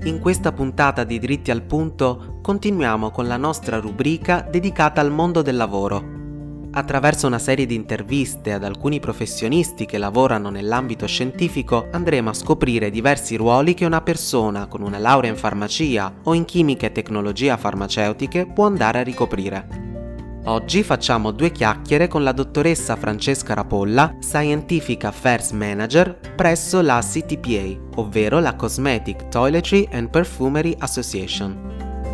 In questa puntata di Dritti al Punto continuiamo con la nostra rubrica dedicata al mondo del lavoro. Attraverso una serie di interviste ad alcuni professionisti che lavorano nell'ambito scientifico andremo a scoprire diversi ruoli che una persona con una laurea in farmacia o in chimica e tecnologia farmaceutiche può andare a ricoprire. Oggi facciamo due chiacchiere con la dottoressa Francesca Rapolla, Scientific Affairs Manager presso la CTPA, ovvero la Cosmetic Toiletry and Perfumery Association.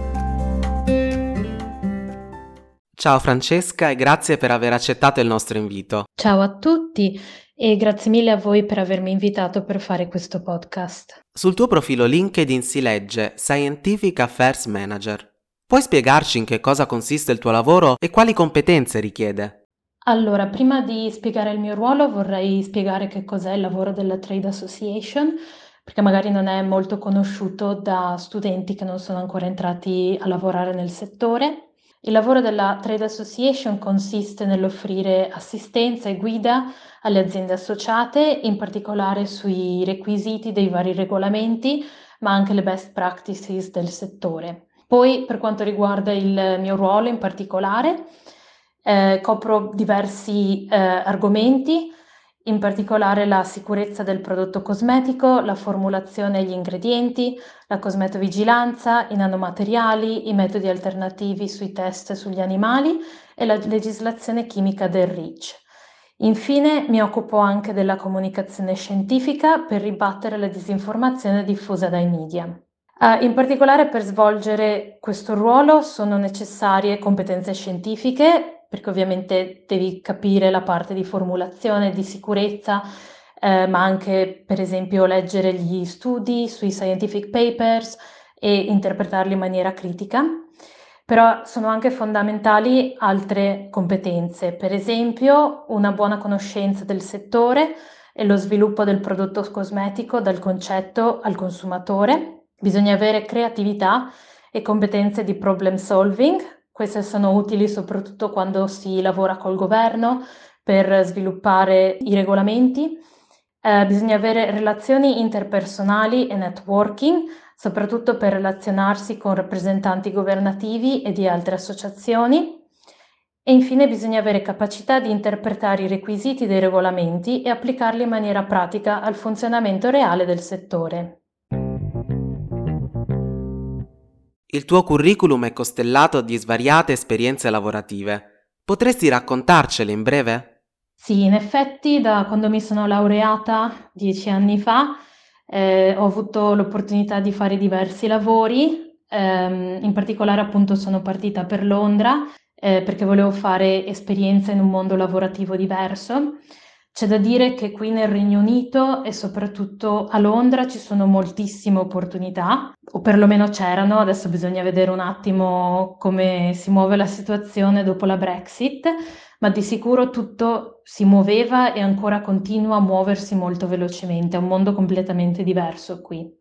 Ciao Francesca e grazie per aver accettato il nostro invito. Ciao a tutti e grazie mille a voi per avermi invitato per fare questo podcast. Sul tuo profilo LinkedIn si legge Scientific Affairs Manager. Puoi spiegarci in che cosa consiste il tuo lavoro e quali competenze richiede? Allora, prima di spiegare il mio ruolo vorrei spiegare che cos'è il lavoro della Trade Association, perché magari non è molto conosciuto da studenti che non sono ancora entrati a lavorare nel settore. Il lavoro della Trade Association consiste nell'offrire assistenza e guida alle aziende associate, in particolare sui requisiti dei vari regolamenti, ma anche le best practices del settore. Poi, per quanto riguarda il mio ruolo in particolare, copro diversi argomenti, in particolare la sicurezza del prodotto cosmetico, la formulazione e gli ingredienti, la cosmetovigilanza, i nanomateriali, i metodi alternativi sui test sugli animali e la legislazione chimica del REACH. Infine mi occupo anche della comunicazione scientifica per ribattere la disinformazione diffusa dai media. In particolare per svolgere questo ruolo sono necessarie competenze scientifiche, perché ovviamente devi capire la parte di formulazione, di sicurezza, ma anche per esempio leggere gli studi sui scientific papers e interpretarli in maniera critica. Però sono anche fondamentali altre competenze, per esempio una buona conoscenza del settore e lo sviluppo del prodotto cosmetico dal concetto al consumatore. Bisogna avere creatività e competenze di problem solving. Queste sono utili soprattutto quando si lavora col governo per sviluppare i regolamenti. Bisogna avere relazioni interpersonali e networking, soprattutto per relazionarsi con rappresentanti governativi e di altre associazioni. E infine bisogna avere capacità di interpretare i requisiti dei regolamenti e applicarli in maniera pratica al funzionamento reale del settore. Il tuo curriculum è costellato di svariate esperienze lavorative. Potresti raccontarcele in breve? Sì, in effetti da quando mi sono laureata 10 anni fa ho avuto l'opportunità di fare diversi lavori, in particolare appunto sono partita per Londra perché volevo fare esperienza in un mondo lavorativo diverso. C'è da dire che qui nel Regno Unito e soprattutto a Londra ci sono moltissime opportunità, o perlomeno c'erano, adesso bisogna vedere un attimo come si muove la situazione dopo la Brexit, ma di sicuro tutto si muoveva e ancora continua a muoversi molto velocemente, è un mondo completamente diverso qui.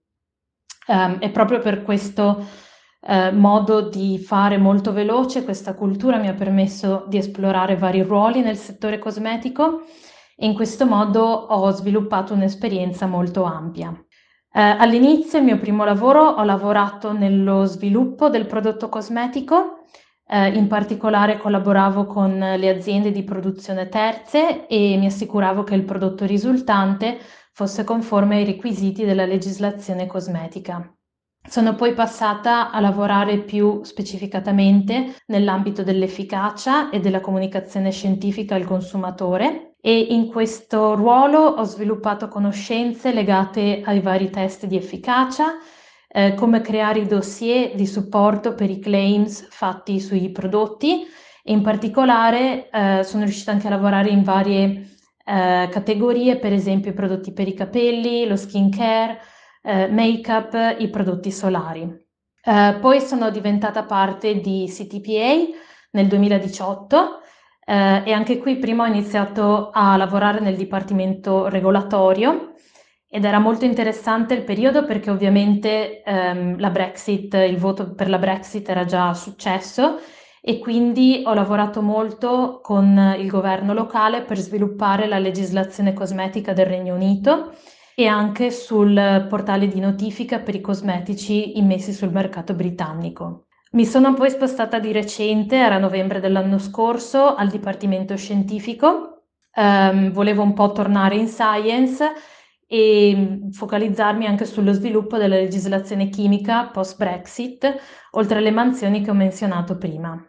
E proprio per questo modo di fare molto veloce, questa cultura mi ha permesso di esplorare vari ruoli nel settore cosmetico e in questo modo ho sviluppato un'esperienza molto ampia. All'inizio, il mio primo lavoro, ho lavorato nello sviluppo del prodotto cosmetico, in particolare collaboravo con le aziende di produzione terze e mi assicuravo che il prodotto risultante fosse conforme ai requisiti della legislazione cosmetica. Sono poi passata a lavorare più specificatamente nell'ambito dell'efficacia e della comunicazione scientifica al consumatore e in questo ruolo ho sviluppato conoscenze legate ai vari test di efficacia, come creare i dossier di supporto per i claims fatti sui prodotti e in particolare sono riuscita anche a lavorare in varie categorie, per esempio i prodotti per i capelli, lo skin care, make-up, i prodotti solari. Poi sono diventata parte di CTPA nel 2018 e anche qui prima ho iniziato a lavorare nel dipartimento regolatorio ed era molto interessante il periodo perché ovviamente la Brexit, il voto per la Brexit era già successo e quindi ho lavorato molto con il governo locale per sviluppare la legislazione cosmetica del Regno Unito e anche sul portale di notifica per i cosmetici immessi sul mercato britannico. Mi sono poi spostata di recente, era novembre dell'anno scorso, al dipartimento scientifico. Volevo un po' tornare in science e focalizzarmi anche sullo sviluppo della legislazione chimica post-Brexit, oltre alle mansioni che ho menzionato prima.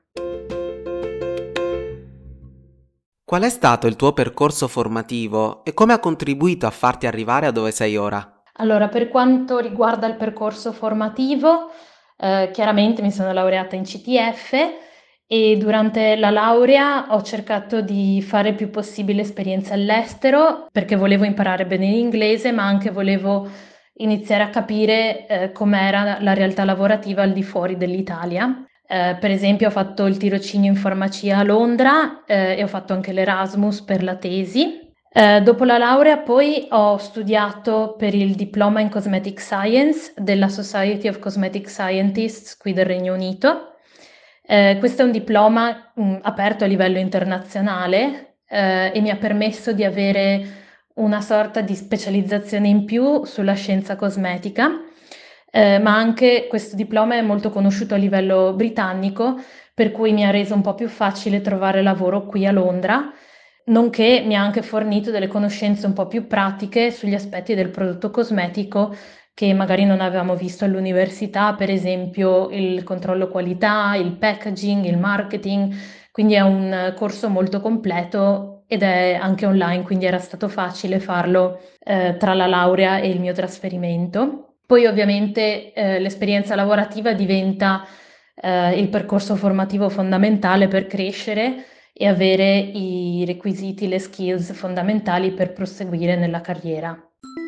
Qual è stato il tuo percorso formativo e come ha contribuito a farti arrivare a dove sei ora? Allora, per quanto riguarda il percorso formativo, chiaramente mi sono laureata in CTF e durante la laurea ho cercato di fare il più possibile esperienze all'estero perché volevo imparare bene l'inglese, ma anche volevo iniziare a capire com'era la realtà lavorativa al di fuori dell'Italia. Per esempio ho fatto il tirocinio in farmacia a Londra e ho fatto anche l'Erasmus per la tesi. Dopo la laurea poi ho studiato per il diploma in Cosmetic Science della Society of Cosmetic Scientists qui del Regno Unito. Questo è un diploma aperto a livello internazionale e mi ha permesso di avere una sorta di specializzazione in più sulla scienza cosmetica, ma anche questo diploma è molto conosciuto a livello britannico, per cui mi ha reso un po' più facile trovare lavoro qui a Londra, nonché mi ha anche fornito delle conoscenze un po' più pratiche sugli aspetti del prodotto cosmetico che magari non avevamo visto all'università, per esempio il controllo qualità, il packaging, il marketing, quindi è un corso molto completo ed è anche online, quindi era stato facile farlo tra la laurea e il mio trasferimento. Poi ovviamente l'esperienza lavorativa diventa il percorso formativo fondamentale per crescere e avere i requisiti, le skills fondamentali per proseguire nella carriera.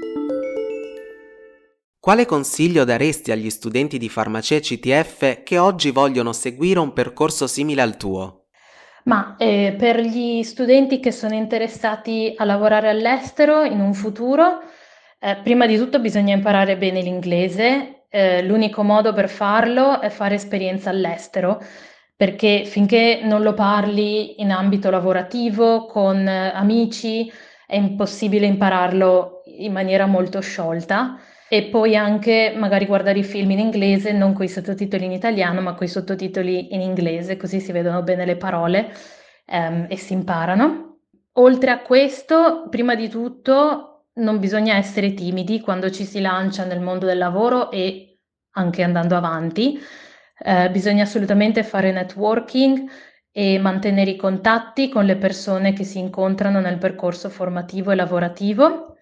Quale consiglio daresti agli studenti di farmacia e CTF che oggi vogliono seguire un percorso simile al tuo? Ma per gli studenti che sono interessati a lavorare all'estero in un futuro, prima di tutto bisogna imparare bene l'inglese. L'unico modo per farlo è fare esperienza all'estero, perché finché non lo parli in ambito lavorativo, con amici, è impossibile impararlo in maniera molto sciolta. E poi anche magari guardare i film in inglese, non coi sottotitoli in italiano, ma coi sottotitoli in inglese, così si vedono bene le parole e si imparano. Oltre a questo, prima di tutto, non bisogna essere timidi quando ci si lancia nel mondo del lavoro e anche andando avanti. Bisogna assolutamente fare networking e mantenere i contatti con le persone che si incontrano nel percorso formativo e lavorativo.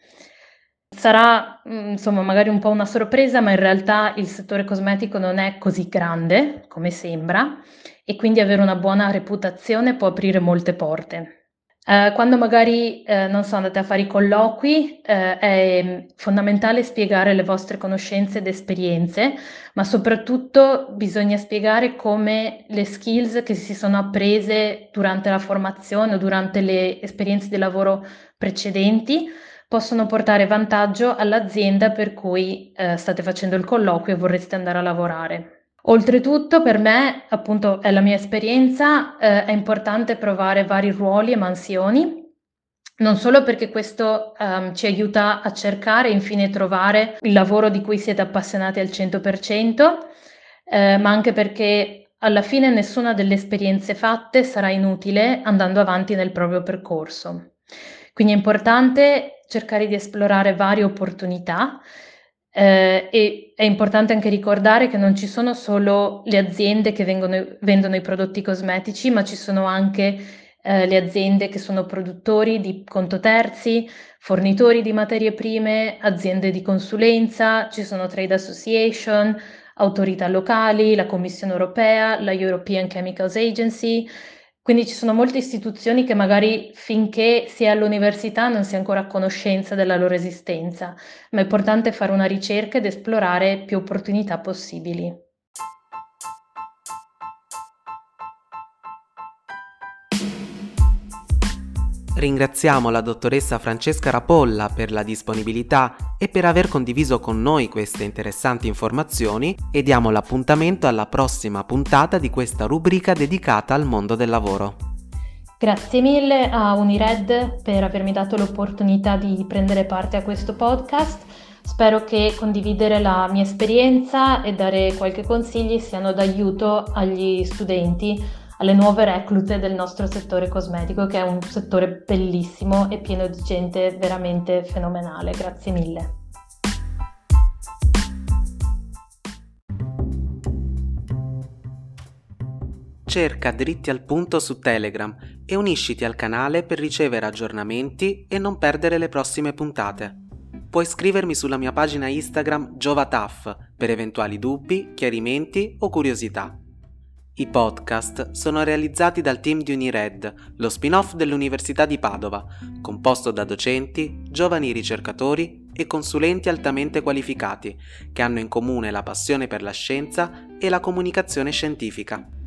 Sarà, insomma, magari un po' una sorpresa, ma in realtà il settore cosmetico non è così grande come sembra e quindi avere una buona reputazione può aprire molte porte. Quando magari, non so, andate a fare i colloqui, è fondamentale spiegare le vostre conoscenze ed esperienze, ma soprattutto bisogna spiegare come le skills che si sono apprese durante la formazione o durante le esperienze di lavoro precedenti possono portare vantaggio all'azienda per cui state facendo il colloquio e vorreste andare a lavorare. Oltretutto, per me, appunto, è la mia esperienza, è importante provare vari ruoli e mansioni, non solo perché questo ci aiuta a cercare e infine trovare il lavoro di cui siete appassionati al 100%, ma anche perché alla fine nessuna delle esperienze fatte sarà inutile andando avanti nel proprio percorso. Quindi è importante cercare di esplorare varie opportunità e è importante anche ricordare che non ci sono solo le aziende che vendono i prodotti cosmetici, ma ci sono anche le aziende che sono produttori di conto terzi, fornitori di materie prime, aziende di consulenza, ci sono trade association, autorità locali, la Commissione europea, la European Chemicals Agency. Quindi ci sono molte istituzioni che magari finché si è all'università non si è ancora a conoscenza della loro esistenza, ma è importante fare una ricerca ed esplorare più opportunità possibili. Ringraziamo la dottoressa Francesca Rapolla per la disponibilità e per aver condiviso con noi queste interessanti informazioni e diamo l'appuntamento alla prossima puntata di questa rubrica dedicata al mondo del lavoro. Grazie mille a Unired per avermi dato l'opportunità di prendere parte a questo podcast. Spero che condividere la mia esperienza e dare qualche consigli siano d'aiuto agli studenti, alle nuove reclute del nostro settore cosmetico, che è un settore bellissimo e pieno di gente veramente fenomenale. Grazie mille. Cerca Dritti al Punto su Telegram e unisciti al canale per ricevere aggiornamenti e non perdere le prossime puntate. Puoi scrivermi sulla mia pagina Instagram GiovaTaf per eventuali dubbi, chiarimenti o curiosità. I podcast sono realizzati dal team di Unired, lo spin-off dell'Università di Padova, composto da docenti, giovani ricercatori e consulenti altamente qualificati, che hanno in comune la passione per la scienza e la comunicazione scientifica.